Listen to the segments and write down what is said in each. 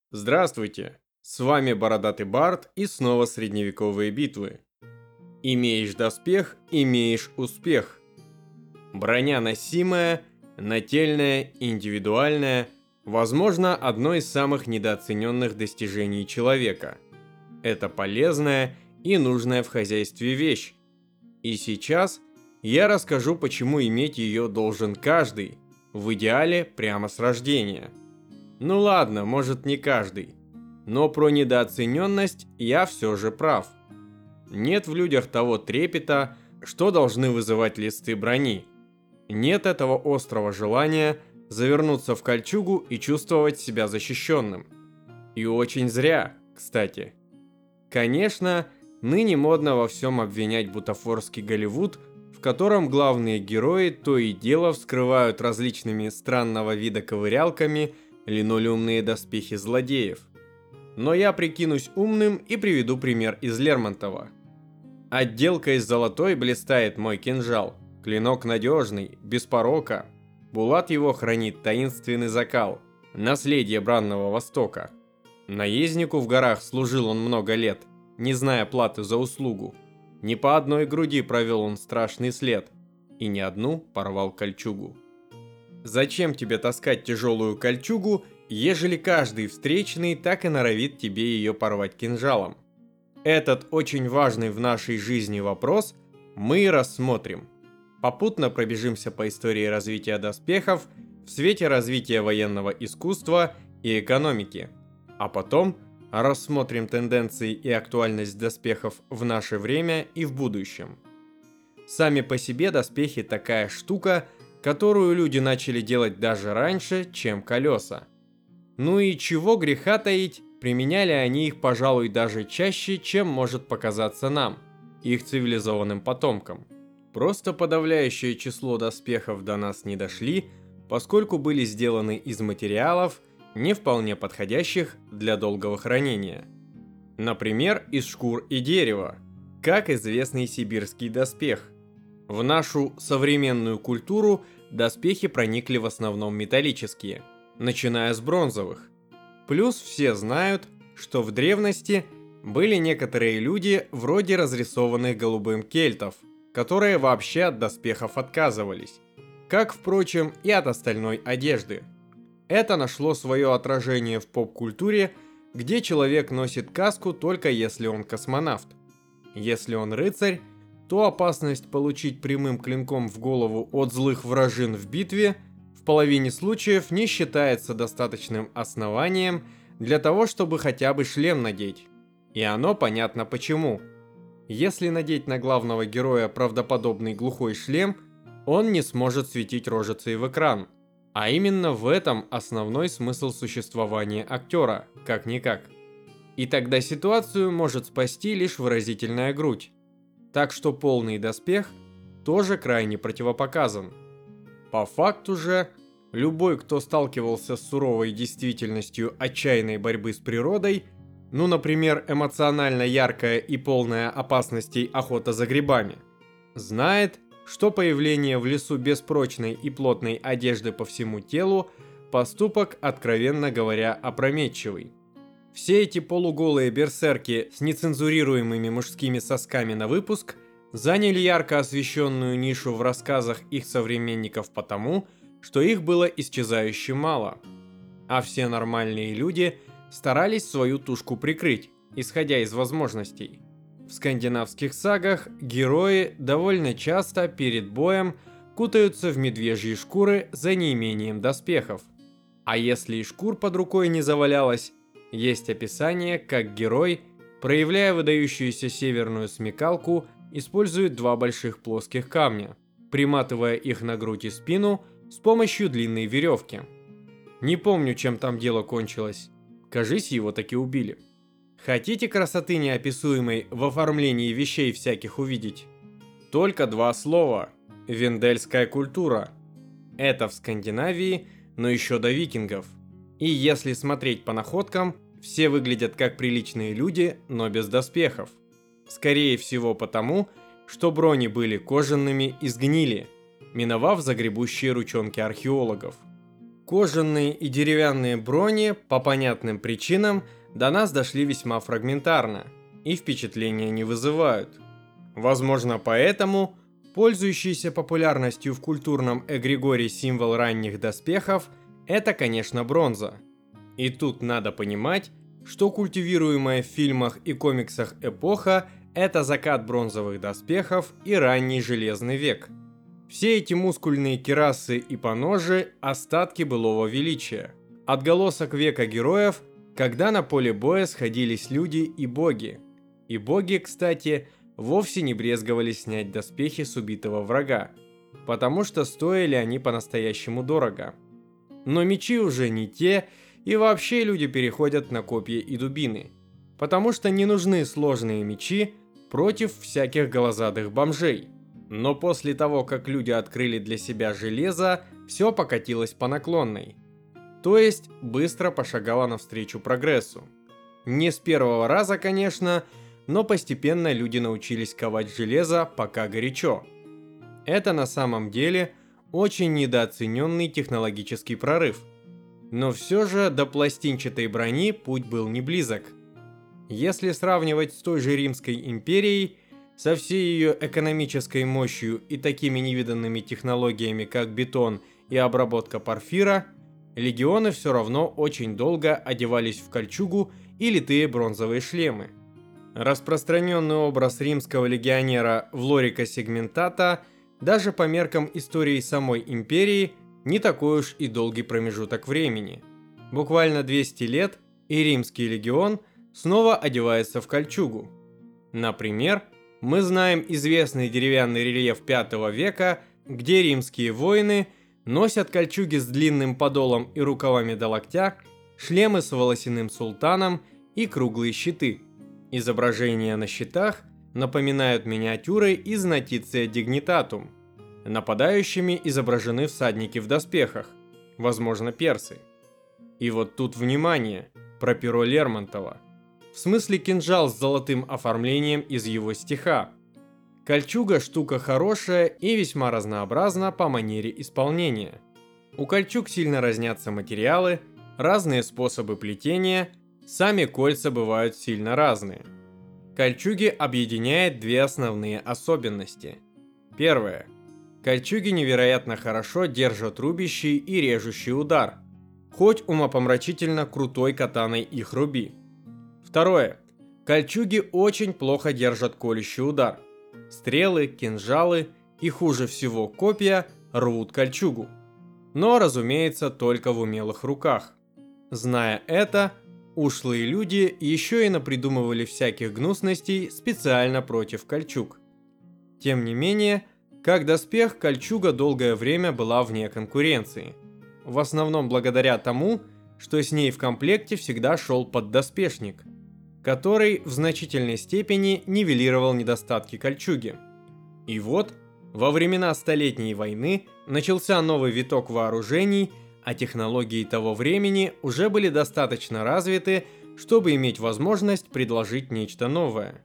Здравствуйте! С вами Бородатый Бард и снова средневековые битвы. Имеешь доспех, имеешь успех. Броня носимая, нательная, индивидуальная, возможно, одно из самых недооцененных достижений человека. Это полезная и нужная в хозяйстве вещь. И сейчас я расскажу, почему иметь ее должен каждый, в идеале прямо с рождения. Ну ладно, может не каждый. Но про недооцененность я все же прав. Нет в людях того трепета, что должны вызывать листы брони. Нет этого острого желания завернуться в кольчугу и чувствовать себя защищенным. И очень зря, кстати. Конечно, ныне модно во всем обвинять бутафорский Голливуд, в котором главные герои то и дело вскрывают различными странного вида ковырялками линолеумные доспехи злодеев. Но я прикинусь умным и приведу пример из Лермонтова. Отделкой из золотой блистает мой кинжал, клинок надежный, без порока. Булат его хранит таинственный закал, наследие бранного Востока. Наезднику в горах служил он много лет, не зная платы за услугу. Не по одной груди провел он страшный след, и не одну порвал кольчугу. Зачем тебе таскать тяжелую кольчугу, ежели каждый встречный так и норовит тебе ее порвать кинжалом? Этот очень важный в нашей жизни вопрос мы и рассмотрим. Попутно пробежимся по истории развития доспехов в свете развития военного искусства и экономики. А потом рассмотрим тенденции и актуальность доспехов в наше время и в будущем. Сами по себе доспехи такая штука, которую люди начали делать даже раньше, чем колеса. Ну и чего греха таить, применяли они их, пожалуй, даже чаще, чем может показаться нам, их цивилизованным потомкам. Просто подавляющее число доспехов до нас не дошли, поскольку были сделаны из материалов, не вполне подходящих для долгого хранения. Например, из шкур и дерева, как известный сибирский доспех. В нашу современную культуру доспехи проникли в основном металлические, начиная с бронзовых. Плюс все знают, что в древности были некоторые люди вроде разрисованных голубым кельтов, которые вообще от доспехов отказывались, как, впрочем, и от остальной одежды. Это нашло свое отражение в поп-культуре, где человек носит каску только если он космонавт. Если он рыцарь, то опасность получить прямым клинком в голову от злых вражин в битве в половине случаев не считается достаточным основанием для того, чтобы хотя бы шлем надеть. И оно понятно почему. Если надеть на главного героя правдоподобный глухой шлем, он не сможет светить рожицей в экран. А именно в этом основной смысл существования актера, как-никак. И тогда ситуацию может спасти лишь выразительная грудь. Так что полный доспех тоже крайне противопоказан. По факту же, любой, кто сталкивался с суровой действительностью отчаянной борьбы с природой, ну, например, эмоционально яркая и полная опасностей охота за грибами, знает, что появление в лесу без прочной и плотной одежды по всему телу – поступок, откровенно говоря, опрометчивый. Все эти полуголые берсерки с нецензурируемыми мужскими сосками на выпуск заняли ярко освещенную нишу в рассказах их современников потому, что их было исчезающе мало. А все нормальные люди старались свою тушку прикрыть, исходя из возможностей. В скандинавских сагах герои довольно часто перед боем кутаются в медвежьи шкуры за неимением доспехов. А если и шкур под рукой не завалялось, есть описание, как герой, проявляя выдающуюся северную смекалку, использует два больших плоских камня, приматывая их на грудь и спину с помощью длинной веревки. Не помню, чем там дело кончилось. Кажись, его таки убили. Хотите красоты неописуемой в оформлении вещей всяких увидеть? Только два слова. Вендельская культура. Это в Скандинавии, но еще до викингов. И если смотреть по находкам, все выглядят как приличные люди, но без доспехов. Скорее всего потому, что брони были кожаными и сгнили, миновав загребущие ручонки археологов. Кожаные и деревянные брони по понятным причинам до нас дошли весьма фрагментарно и впечатления не вызывают. Возможно, поэтому пользующийся популярностью в культурном эгрегоре символ ранних доспехов – это, конечно, бронза. И тут надо понимать, что культивируемая в фильмах и комиксах эпоха – это закат бронзовых доспехов и ранний железный век. Все эти мускульные кирасы и поножи – остатки былого величия. Отголосок века героев, когда на поле боя сходились люди и боги. И боги, кстати, вовсе не брезговали снять доспехи с убитого врага, потому что стоили они по-настоящему дорого. Но мечи уже не те, и вообще люди переходят на копья и дубины, потому что не нужны сложные мечи против всяких голозадых бомжей. Но после того, как люди открыли для себя железо, все покатилось по наклонной. То есть быстро пошагало навстречу прогрессу. Не с первого раза, конечно, но постепенно люди научились ковать железо пока горячо. Это на самом деле очень недооцененный технологический прорыв. Но все же до пластинчатой брони путь был не близок. Если сравнивать с той же Римской империей, со всей ее экономической мощью и такими невиданными технологиями, как бетон и обработка порфира, легионы все равно очень долго одевались в кольчугу и литые бронзовые шлемы. Распространенный образ римского легионера Влорика Сегментата даже по меркам истории самой империи не такой уж и долгий промежуток времени. Буквально 200 лет, и римский легион снова одевается в кольчугу. Например, мы знаем известный деревянный рельеф V века, где римские воины носят кольчуги с длинным подолом и рукавами до локтя, шлемы с волосяным султаном и круглые щиты. Изображения на щитах напоминают миниатюры из Notizia Dignitatum. Нападающими изображены всадники в доспехах, возможно, персы. И вот тут внимание, про перо Лермонтова. В смысле кинжал с золотым оформлением из его стиха. Кольчуга штука хорошая и весьма разнообразна по манере исполнения. У кольчуг сильно разнятся материалы, разные способы плетения, сами кольца бывают сильно разные. Кольчуги объединяет две основные особенности. Первое. Кольчуги невероятно хорошо держат рубящий и режущий удар, хоть умопомрачительно крутой катаной их руби. Второе. Кольчуги очень плохо держат колющий удар. Стрелы, кинжалы и, хуже всего, копья рвут кольчугу. Но, разумеется, только в умелых руках. Зная это, ушлые люди еще и напридумывали всяких гнусностей специально против кольчуг. Тем не менее, как доспех, кольчуга долгое время была вне конкуренции. В основном благодаря тому, что с ней в комплекте всегда шел поддоспешник, который в значительной степени нивелировал недостатки кольчуги. И вот, во времена Столетней войны начался новый виток вооружений, а технологии того времени уже были достаточно развиты, чтобы иметь возможность предложить нечто новое.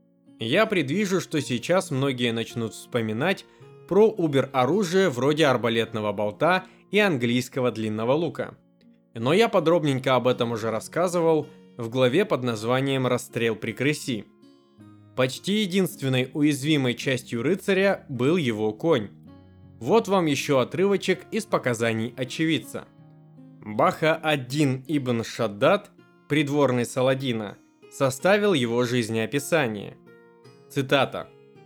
Я предвижу, что сейчас многие начнут вспоминать про убер-оружие вроде арбалетного болта и английского длинного лука. Но я подробненько об этом уже рассказывал в главе под названием «Расстрел при крыси». Почти единственной уязвимой частью рыцаря был его конь. Вот вам еще отрывочек из показаний очевидца. Баха ад-Дин ибн Шаддад, придворный Саладина, составил его жизнеописание. Цитата.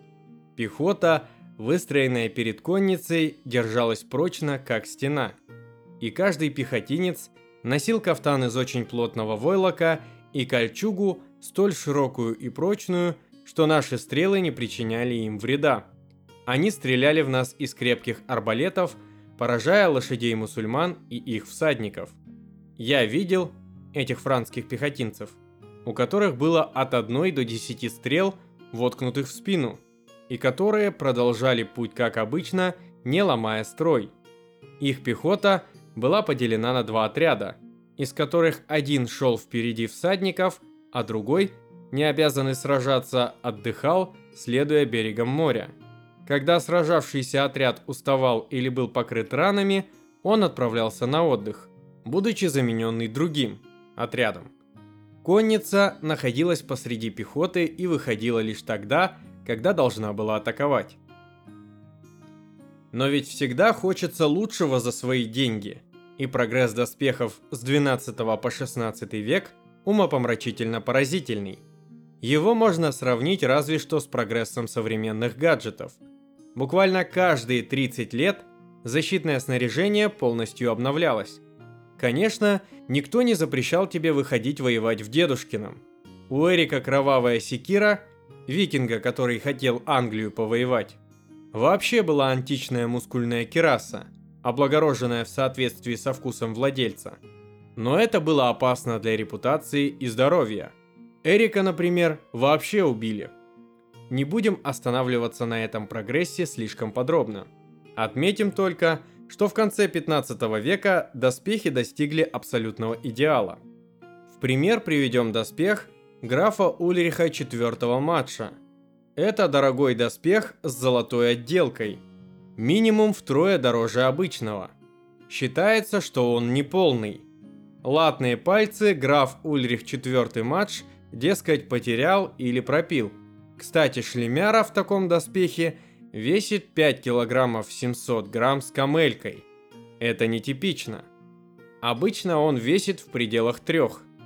«Пехота, выстроенная перед конницей, держалась прочно, как стена, и каждый пехотинец носил кафтан из очень плотного войлока и кольчугу, столь широкую и прочную, что наши стрелы не причиняли им вреда. Они стреляли в нас из крепких арбалетов, поражая лошадей мусульман и их всадников. Я видел этих франкских пехотинцев, у которых было от 1 до 10 стрел, воткнутых в спину, и которые продолжали путь как обычно, не ломая строй. Их пехота была поделена на два отряда, из которых один шел впереди всадников, а другой, не обязанный сражаться, отдыхал, следуя берегом моря. Когда сражавшийся отряд уставал или был покрыт ранами, он отправлялся на отдых, будучи замененный другим отрядом. Конница находилась посреди пехоты и выходила лишь тогда, когда должна была атаковать. Но ведь всегда хочется лучшего за свои деньги, и прогресс доспехов с 12 по 16 век умопомрачительно поразительный. Его можно сравнить разве что с прогрессом современных гаджетов. Буквально каждые 30 лет защитное снаряжение полностью обновлялось. Конечно, никто не запрещал тебе выходить воевать в дедушкином. У Эрика кровавая секира, викинга, который хотел Англию повоевать, вообще была античная мускульная кираса, облагороженная в соответствии со вкусом владельца. Но это было опасно для репутации и здоровья. Эрика, например, вообще убили. Не будем останавливаться на этом прогрессе слишком подробно. Отметим только, что в конце 15 века доспехи достигли абсолютного идеала. В пример приведем доспех графа Ульриха IV Младша. Это дорогой доспех с золотой отделкой, минимум втрое дороже обычного. Считается, что он не полный. Латные пальцы граф Ульрих IV Младш, дескать, потерял или пропил. Кстати, шлемяра в таком доспехе весит 5 килограммов 700 грамм с камелькой. Это нетипично. Обычно он весит в пределах 3.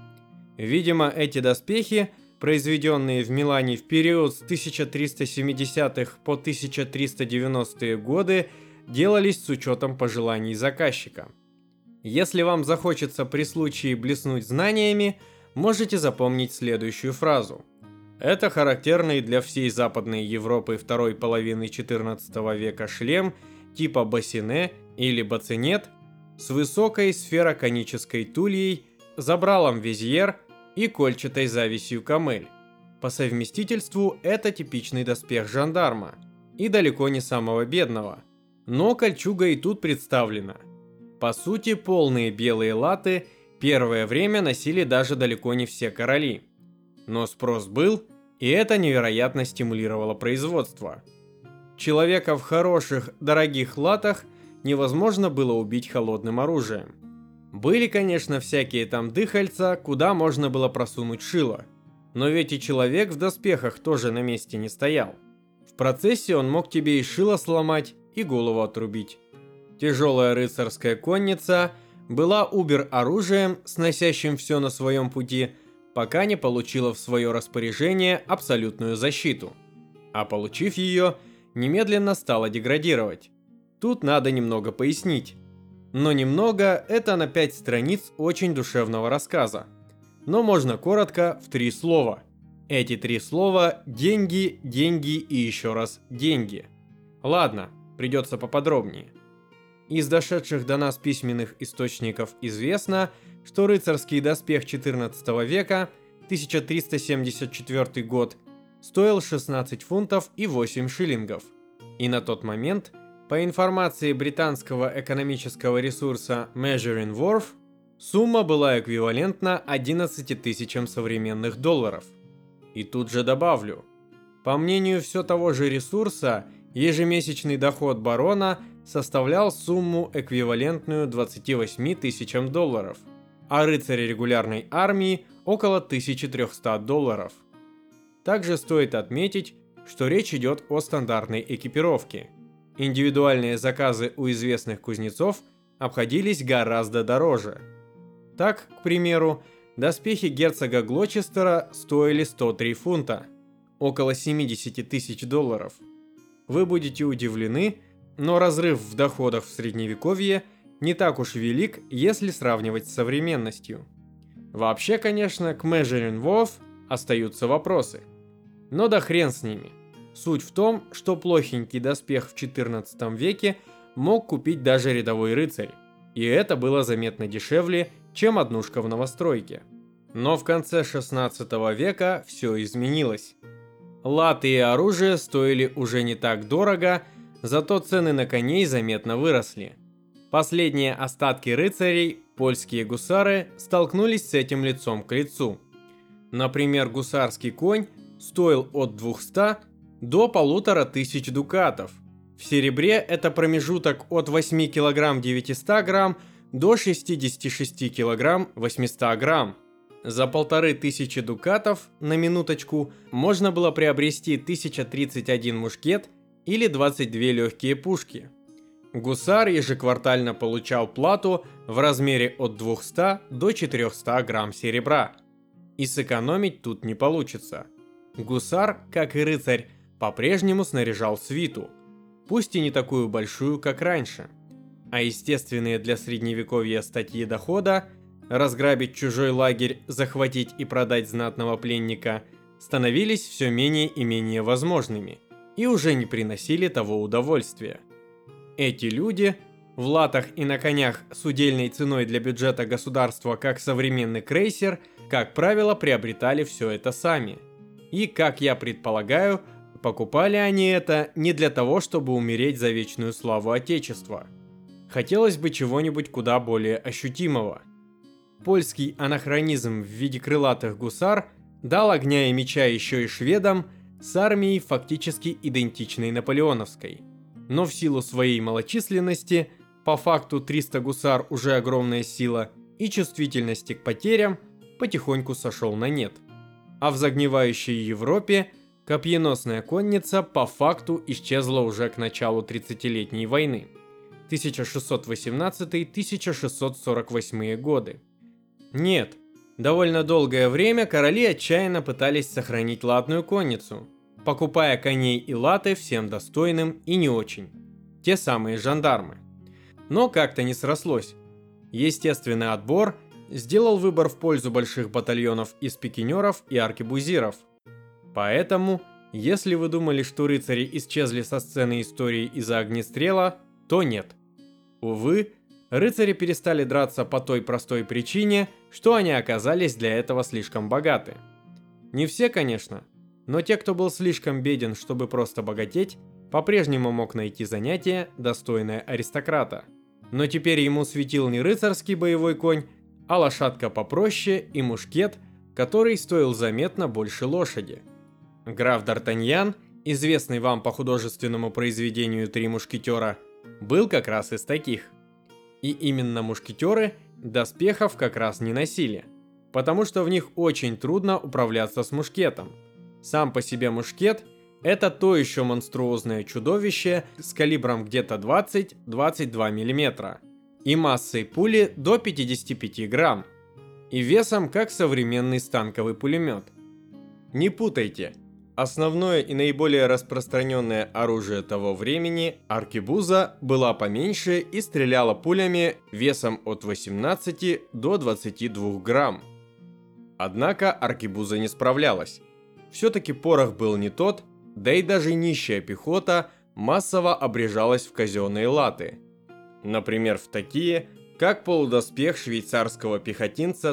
Видимо, эти доспехи, произведенные в Милане в период с 1370-х по 1390-е годы, делались с учетом пожеланий заказчика. Если вам захочется при случае блеснуть знаниями, можете запомнить следующую фразу. Это характерный для всей Западной Европы второй половины XIV века шлем типа бассине или бацинет с высокой сфероконической тульей, забралом визьер и кольчатой зависью камель. По совместительству это типичный доспех жандарма, и далеко не самого бедного. Но кольчуга и тут представлена. По сути, полные белые латы первое время носили даже далеко не все короли. Но спрос был, и это невероятно стимулировало производство. Человека в хороших, дорогих латах невозможно было убить холодным оружием. Были, конечно, всякие там дыхальца, куда можно было просунуть шило. Но ведь и человек в доспехах тоже на месте не стоял. В процессе он мог тебе и шило сломать, и голову отрубить. Тяжелая рыцарская конница была убер-оружием, сносящим все на своем пути, пока не получила в свое распоряжение абсолютную защиту. А получив ее, немедленно стала деградировать. Тут надо немного пояснить. Но немного – это на 5 страниц очень душевного рассказа. Но можно коротко в 3 слова. Эти 3 слова – деньги, деньги и еще раз деньги. Ладно, придется поподробнее. Из дошедших до нас письменных источников известно, что рыцарский доспех XIV века, 1374 год, стоил 16 фунтов и 8 шиллингов. И на тот момент, по информации британского экономического ресурса Measuring Worth, сумма была эквивалентна 11 тысячам современных долларов. И тут же добавлю, по мнению все того же ресурса, ежемесячный доход барона составлял сумму, эквивалентную 28 тысячам долларов, а рыцаря регулярной армии около 1300 долларов. Также стоит отметить, что речь идет о стандартной экипировке. Индивидуальные заказы у известных кузнецов обходились гораздо дороже. Так, к примеру, доспехи герцога Глочестера стоили 103 фунта, около 70 тысяч долларов. Вы будете удивлены, но разрыв в доходах в средневековье не так уж велик, если сравнивать с современностью. Вообще, конечно, к Measuring Worth остаются вопросы. Но да хрен с ними. Суть в том, что плохенький доспех в XIV веке мог купить даже рядовой рыцарь, и это было заметно дешевле, чем однушка в новостройке. Но в конце XVI века все изменилось. Латы и оружие стоили уже не так дорого, зато цены на коней заметно выросли. Последние остатки рыцарей, польские гусары, столкнулись с этим лицом к лицу. Например, гусарский конь стоил от 200 до 1500 дукатов. В серебре это промежуток от 8 кг 900 грамм до 66 кг 800 грамм. За 1500 дукатов, на минуточку, можно было приобрести 1031 мушкет или 22 легкие пушки. Гусар ежеквартально получал плату в размере от 200 до 400 грамм серебра. И сэкономить тут не получится. Гусар, как и рыцарь, по-прежнему снаряжал свиту, пусть и не такую большую, как раньше. А естественные для средневековья статьи дохода — разграбить чужой лагерь, захватить и продать знатного пленника — становились все менее и менее возможными и уже не приносили того удовольствия. Эти люди в латах и на конях с удельной ценой для бюджета государства, как современный крейсер, как правило, приобретали все это сами. И, как я предполагаю, покупали они это не для того, чтобы умереть за вечную славу Отечества. Хотелось бы чего-нибудь куда более ощутимого. Польский анахронизм в виде крылатых гусар дал огня и меча еще и шведам с армией фактически идентичной наполеоновской. Но в силу своей малочисленности, по факту 300 гусар уже огромная сила, и чувствительности к потерям, потихоньку сошел на нет. А в загнивающей Европе копьеносная конница по факту исчезла уже к началу 30-летней войны. 1618-1648 годы. Нет, довольно долгое время короли отчаянно пытались сохранить латную конницу, покупая коней и латы всем достойным и не очень. Те самые жандармы. Но как-то не срослось. Естественный отбор сделал выбор в пользу больших батальонов из пикинеров и аркебузиров. Поэтому, если вы думали, что рыцари исчезли со сцены истории из-за огнестрела, то нет. Увы, рыцари перестали драться по той простой причине, что они оказались для этого слишком богаты. Не все, конечно, но те, кто был слишком беден, чтобы просто богатеть, по-прежнему мог найти занятие, достойное аристократа. Но теперь ему светил не рыцарский боевой конь, а лошадка попроще и мушкет, который стоил заметно больше лошади. Граф Д'Артаньян, известный вам по художественному произведению «Три мушкетера», был как раз из таких. И именно мушкетеры доспехов как раз не носили, потому что в них очень трудно управляться с мушкетом. Сам по себе мушкет – это то еще монструозное чудовище с калибром где-то 20-22 мм и массой пули до 55 грамм, и весом как современный станковый пулемет. Не путайте, основное и наиболее распространенное оружие того времени, аркебуза, была поменьше и стреляла пулями весом от 18 до 22 грамм. Однако аркебуза не справлялась. Все-таки порох был не тот, да и даже нищая пехота массово обрежалась в казенные латы. Например, в такие, как полудоспех швейцарского пехотинца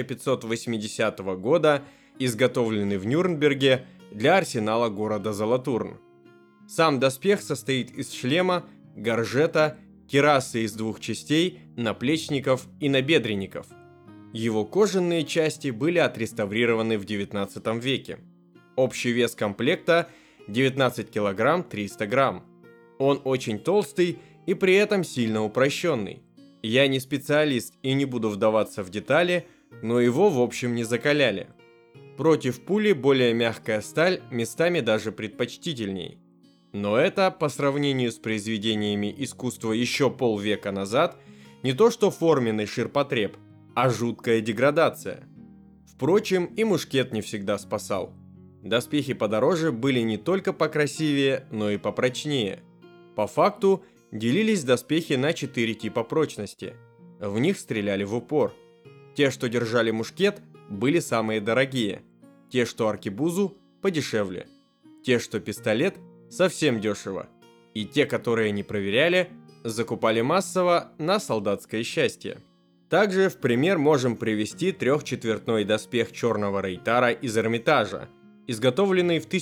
1580 года, изготовленный в Нюрнберге для арсенала города Золотурн. Сам доспех состоит из шлема, горжета, кирасы из двух частей, наплечников и набедренников. Его кожаные части были отреставрированы в 19 веке. Общий вес комплекта 19 кг 300 грамм. Он очень толстый и при этом сильно упрощенный. Я не специалист и не буду вдаваться в детали, но его в общем не закаляли. Против пули более мягкая сталь местами даже предпочтительней. Но это, по сравнению с произведениями искусства еще полвека назад, не то что форменный ширпотреб, а жуткая деградация. Впрочем, и мушкет не всегда спасал. Доспехи подороже были не только покрасивее, но и попрочнее. По факту, делились доспехи на 4 типа прочности. В них стреляли в упор. Те, что держали мушкет, были самые дорогие. Те, что аркебузу, подешевле. Те, что пистолет, совсем дешево. И те, которые не проверяли, закупали массово на солдатское счастье. Также в пример можем привести трехчетвертной доспех черного рейтара из Эрмитажа, изготовленный в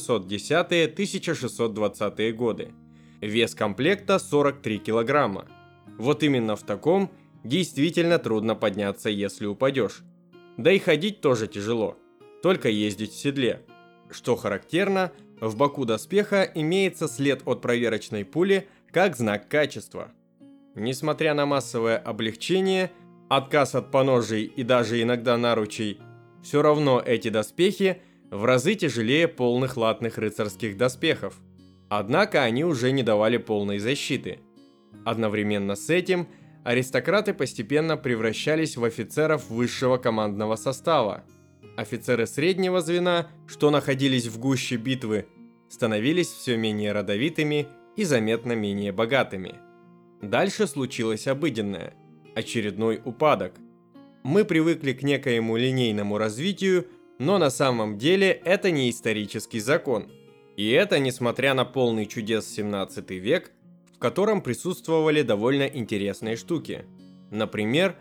1610-1620 годы. Вес комплекта 43 килограмма. Вот именно в таком действительно трудно подняться, если упадешь. Да и ходить тоже тяжело, только ездить в седле. Что характерно, в боку доспеха имеется след от проверочной пули как знак качества. Несмотря на массовое облегчение, отказ от поножей и даже иногда наручей, все равно эти доспехи в разы тяжелее полных латных рыцарских доспехов. Однако они уже не давали полной защиты. Одновременно с этим аристократы постепенно превращались в офицеров высшего командного состава. Офицеры среднего звена, что находились в гуще битвы, становились все менее родовитыми и заметно менее богатыми. Дальше случилось обыденное – очередной упадок. Мы привыкли к некоему линейному развитию, но на самом деле это не исторический закон. И это несмотря на полный чудес 17 век, в котором присутствовали довольно интересные штуки. Например,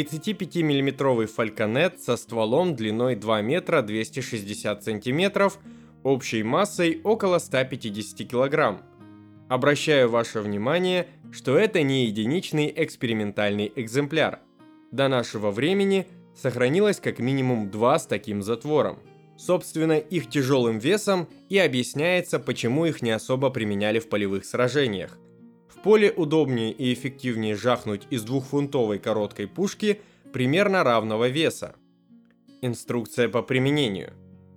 35-мм фальконет со стволом длиной 2 метра 260 сантиметров, общей массой около 150 килограмм. Обращаю ваше внимание, что это не единичный экспериментальный экземпляр. До нашего времени сохранилось как минимум 2 с таким затвором. Собственно, их тяжелым весом и объясняется, почему их не особо применяли в полевых сражениях. В поле удобнее и эффективнее жахнуть из 2-фунтовой короткой пушки примерно равного веса. Инструкция по применению.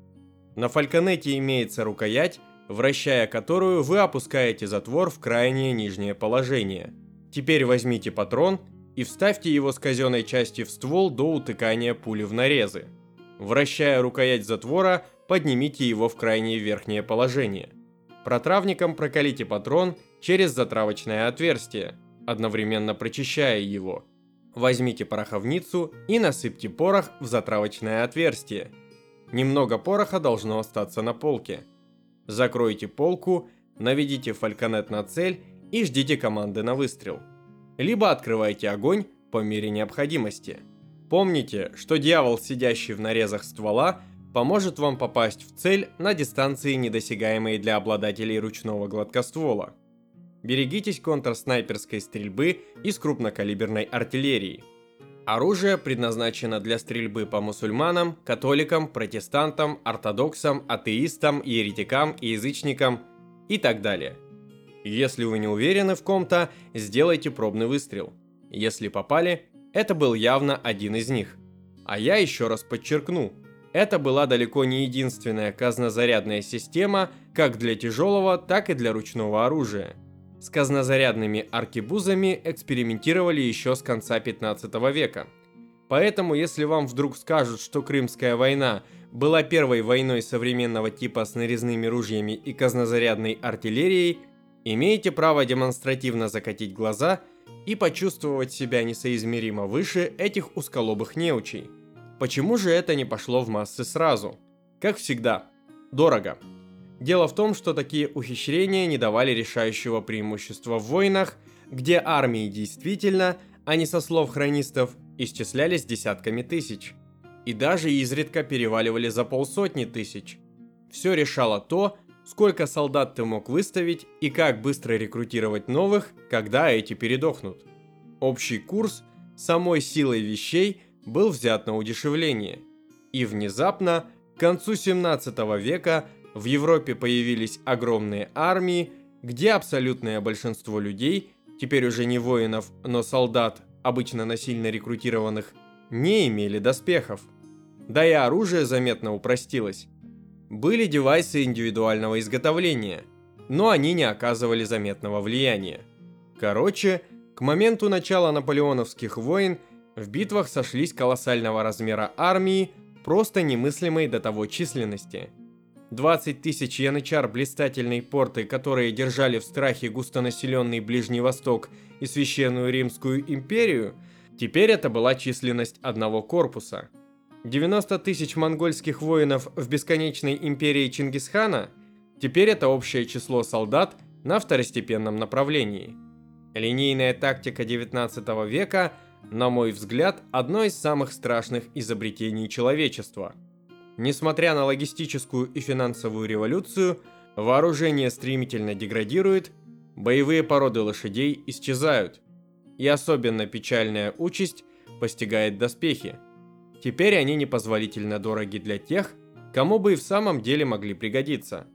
На фальконете имеется рукоять, вращая которую вы опускаете затвор в крайнее нижнее положение. Теперь возьмите патрон и вставьте его с казенной части в ствол до утыкания пули в нарезы. Вращая рукоять затвора, поднимите его в крайнее верхнее положение. Протравником прокалите патрон через затравочное отверстие, одновременно прочищая его. Возьмите пороховницу и насыпьте порох в затравочное отверстие. Немного пороха должно остаться на полке. Закройте полку, наведите фальконет на цель и ждите команды на выстрел. Либо открывайте огонь по мере необходимости. Помните, что дьявол, сидящий в нарезах ствола, поможет вам попасть в цель на дистанции, недосягаемой для обладателей ручного гладкоствола. Берегитесь контрснайперской стрельбы из крупнокалиберной артиллерии. Оружие предназначено для стрельбы по мусульманам, католикам, протестантам, ортодоксам, атеистам, еретикам и язычникам и так далее. Если вы не уверены в ком-то, сделайте пробный выстрел. Если попали, это был явно один из них. А я еще раз подчеркну, это была далеко не единственная казнозарядная система как для тяжелого, так и для ручного оружия. С казнозарядными аркебузами экспериментировали еще с конца 15 века. Поэтому, если вам вдруг скажут, что Крымская война была первой войной современного типа с нарезными ружьями и казнозарядной артиллерией, имеете право демонстративно закатить глаза и почувствовать себя несоизмеримо выше этих узколобых неучей. Почему же это не пошло в массы сразу? Как всегда, дорого. Дело в том, что такие ухищрения не давали решающего преимущества в войнах, где армии действительно, а не со слов хронистов, исчислялись десятками тысяч. И даже изредка переваливали за 500 тысяч. Все решало то, сколько солдат ты мог выставить и как быстро рекрутировать новых, когда эти передохнут. Общий курс самой силой вещей был взят на удешевление. И внезапно, к концу 17 века, в Европе появились огромные армии, где абсолютное большинство людей, теперь уже не воинов, но солдат, обычно насильно рекрутированных, не имели доспехов. Да и оружие заметно упростилось. Были девайсы индивидуального изготовления, но они не оказывали заметного влияния. Короче, к моменту начала наполеоновских войн в битвах сошлись колоссального размера армии, просто немыслимой до того численности. 20 тысяч янычар блистательной порты, которые держали в страхе густонаселенный Ближний Восток и Священную Римскую империю, теперь это была численность одного корпуса. 90 тысяч монгольских воинов в бесконечной империи Чингисхана, теперь это общее число солдат на второстепенном направлении. Линейная тактика 19 века, на мой взгляд, одно из самых страшных изобретений человечества. Несмотря на логистическую и финансовую революцию, вооружение стремительно деградирует, боевые породы лошадей исчезают. И особенно печальная участь постигает доспехи. Теперь они непозволительно дороги для тех, кому бы и в самом деле могли пригодиться.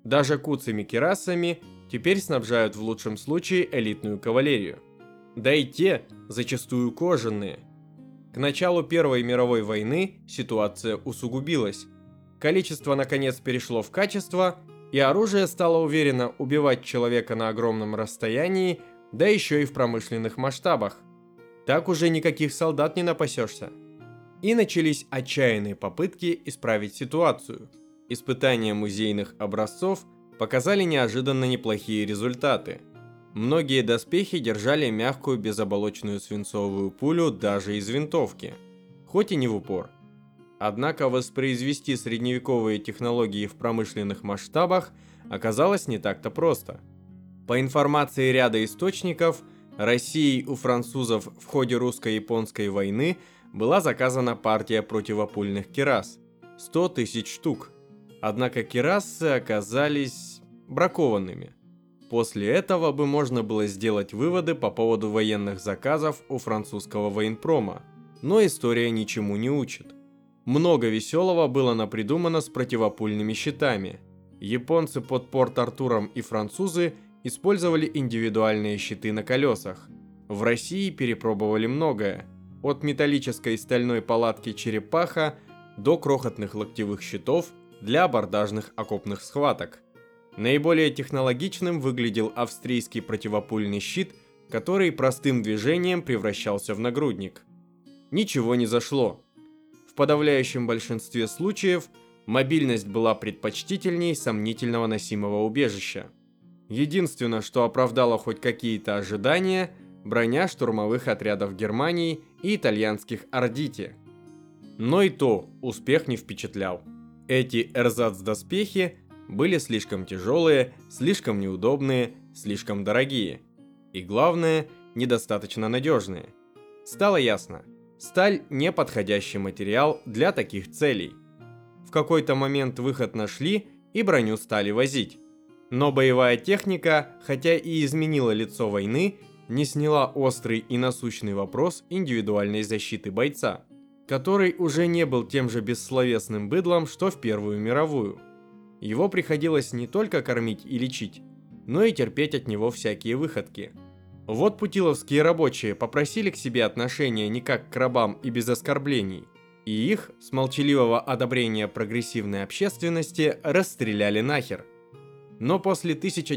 Даже куцами-кирасами теперь снабжают в лучшем случае элитную кавалерию. Да и те зачастую кожаные. К началу Первой мировой войны ситуация усугубилась. Количество наконец перешло в качество, и оружие стало уверенно убивать человека на огромном расстоянии, да еще и в промышленных масштабах. Так уже никаких солдат не напасешься. И начались отчаянные попытки исправить ситуацию. Испытания музейных образцов показали неожиданно неплохие результаты. Многие доспехи держали мягкую безоболочную свинцовую пулю даже из винтовки, хоть и не в упор. Однако воспроизвести средневековые технологии в промышленных масштабах оказалось не так-то просто. По информации ряда источников, Россией у французов в ходе русско-японской войны была заказана партия противопульных кирас – 100 тысяч штук. Однако кирасы оказались бракованными. После этого бы можно было сделать выводы по поводу военных заказов у французского военпрома, но история ничему не учит. Много веселого было напридумано с противопульными щитами. Японцы под Порт-Артуром и французы использовали индивидуальные щиты на колесах. В России перепробовали многое, от металлической стальной палатки «Черепаха» до крохотных локтевых щитов для абордажных окопных схваток. Наиболее технологичным выглядел австрийский противопульный щит, который простым движением превращался в нагрудник. Ничего не зашло. В подавляющем большинстве случаев мобильность была предпочтительней сомнительного носимого убежища. Единственное, что оправдало хоть какие-то ожидания – броня штурмовых отрядов Германии и итальянских Ардити. Но и то успех не впечатлял. Эти эрзац-доспехи были слишком тяжелые, слишком неудобные, слишком дорогие. И главное, недостаточно надежные. Стало ясно, сталь – неподходящий материал для таких целей. В какой-то момент выход нашли и броню стали возить. Но боевая техника, хотя и изменила лицо войны, не сняла острый и насущный вопрос индивидуальной защиты бойца, который уже не был тем же бессловесным быдлом, что в Первую мировую. Его приходилось не только кормить и лечить, но и терпеть от него всякие выходки. Вот путиловские рабочие попросили к себе отношения не как к рабам и без оскорблений, и их, с молчаливого одобрения прогрессивной общественности, расстреляли нахер. Но после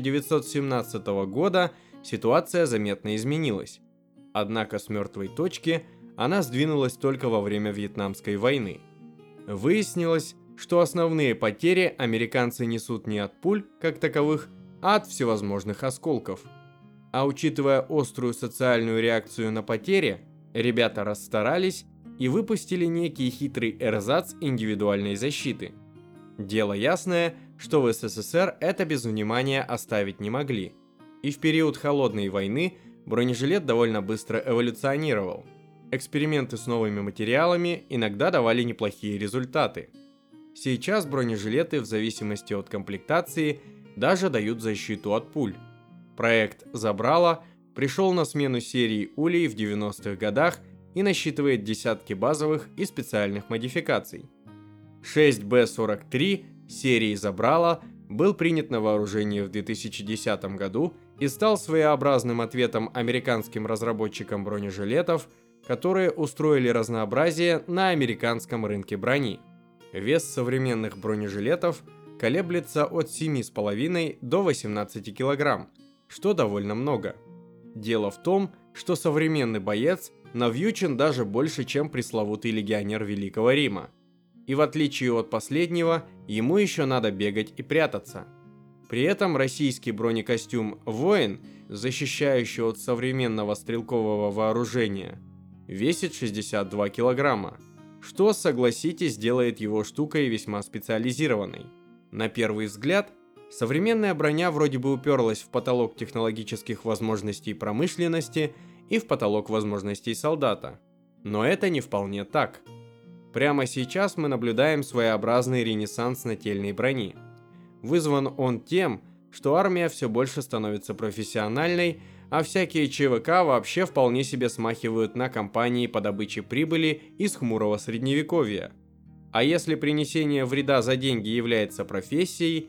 1917 года ситуация заметно изменилась. Однако с мертвой точки она сдвинулась только во время Вьетнамской войны. Выяснилось, что основные потери американцы несут не от пуль, как таковых, а от всевозможных осколков. А учитывая острую социальную реакцию на потери, ребята расстарались и выпустили некий хитрый эрзац индивидуальной защиты. Дело ясное, что в СССР это без внимания оставить не могли. И в период Холодной войны бронежилет довольно быстро эволюционировал. Эксперименты с новыми материалами иногда давали неплохие результаты. Сейчас бронежилеты в зависимости от комплектации даже дают защиту от пуль. Проект «Забрало» пришел на смену серии улей в 90-х годах и насчитывает десятки базовых и специальных модификаций. 6Б-43 серии «Забрало» был принят на вооружение в 2010 году и стал своеобразным ответом американским разработчикам бронежилетов, которые устроили разнообразие на американском рынке брони. Вес современных бронежилетов колеблется от 7,5 до 18 кг, что довольно много. Дело в том, что современный боец навьючен даже больше, чем пресловутый легионер Великого Рима. И в отличие от последнего, ему еще надо бегать и прятаться. При этом российский бронекостюм «Воин», защищающий от современного стрелкового вооружения, весит 62 килограмма, что, согласитесь, делает его штукой весьма специализированной. На первый взгляд, современная броня вроде бы уперлась в потолок технологических возможностей промышленности и в потолок возможностей солдата. Но это не вполне так. Прямо сейчас мы наблюдаем своеобразный ренессанс нательной брони. Вызван он тем, что армия все больше становится профессиональной, а всякие ЧВК вообще вполне себе смахивают на компании по добыче прибыли из хмурого средневековья. А если принесение вреда за деньги является профессией, в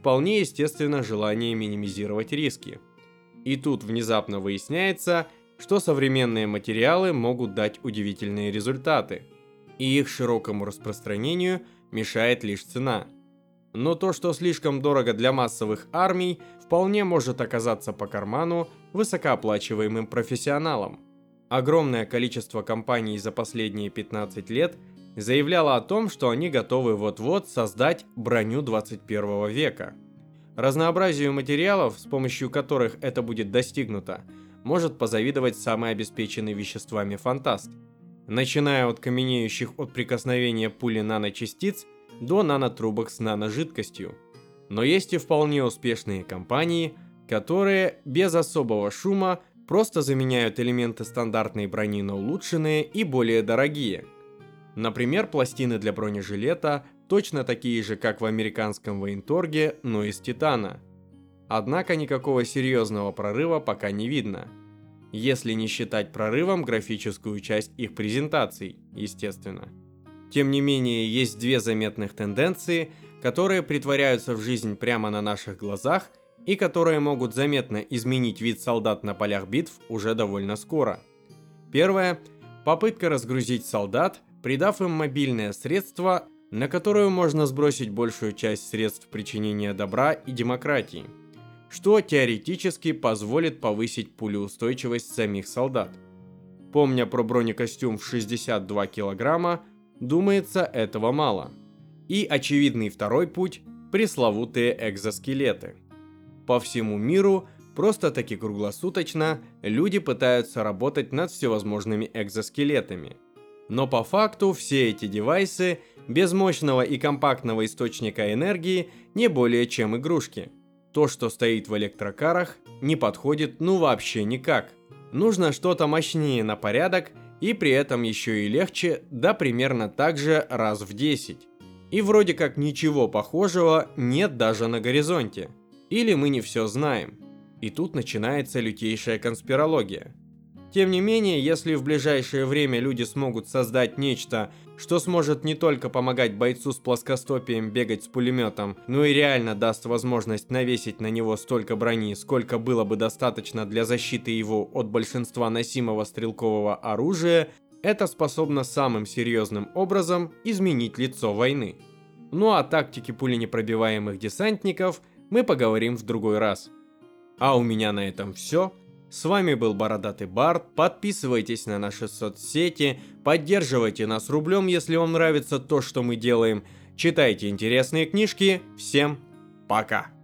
вполне естественно желание минимизировать риски. И тут внезапно выясняется, что современные материалы могут дать удивительные результаты, и их широкому распространению мешает лишь цена. Но то, что слишком дорого для массовых армий, вполне может оказаться по карману высокооплачиваемым профессионалам. Огромное количество компаний за последние 15 лет заявляло о том, что они готовы вот-вот создать броню 21 века. Разнообразию материалов, с помощью которых это будет достигнуто, может позавидовать самый обеспеченный веществами фантаст. Начиная от каменеющих от прикосновения пули наночастиц до нанотрубок с наножидкостью. Но есть и вполне успешные компании, которые без особого шума просто заменяют элементы стандартной брони на улучшенные и более дорогие. Например, пластины для бронежилета точно такие же, как в американском военторге, но из титана. Однако никакого серьезного прорыва пока не видно. Если не считать прорывом графическую часть их презентаций, естественно. Тем не менее, есть две заметных тенденции, которые притворяются в жизнь прямо на наших глазах и которые могут заметно изменить вид солдат на полях битв уже довольно скоро. Первое – попытка разгрузить солдат, придав им мобильное средство, на которое можно сбросить большую часть средств причинения добра и демократии, что теоретически позволит повысить пулеустойчивость самих солдат. Помня про бронекостюм в 62 килограмма, думается, этого мало. И очевидный второй путь – пресловутые экзоскелеты. По всему миру просто-таки круглосуточно люди пытаются работать над всевозможными экзоскелетами. Но по факту все эти девайсы без мощного и компактного источника энергии не более чем игрушки. То, что стоит в электрокарах, не подходит ну вообще никак. Нужно что-то мощнее на порядок и при этом еще и легче, да примерно так же раз в 10. И вроде как ничего похожего нет даже на горизонте. Или мы не все знаем. И тут начинается лютейшая конспирология. Тем не менее, если в ближайшее время люди смогут создать нечто, что сможет не только помогать бойцу с плоскостопием бегать с пулеметом, но и реально даст возможность навесить на него столько брони, сколько было бы достаточно для защиты его от большинства носимого стрелкового оружия, это способно самым серьезным образом изменить лицо войны. Ну а о тактике пуленепробиваемых десантников мы поговорим в другой раз. А у меня на этом все. С вами был Бородатый Бард, подписывайтесь на наши соцсети, поддерживайте нас рублем, если вам нравится то, что мы делаем, читайте интересные книжки, всем пока!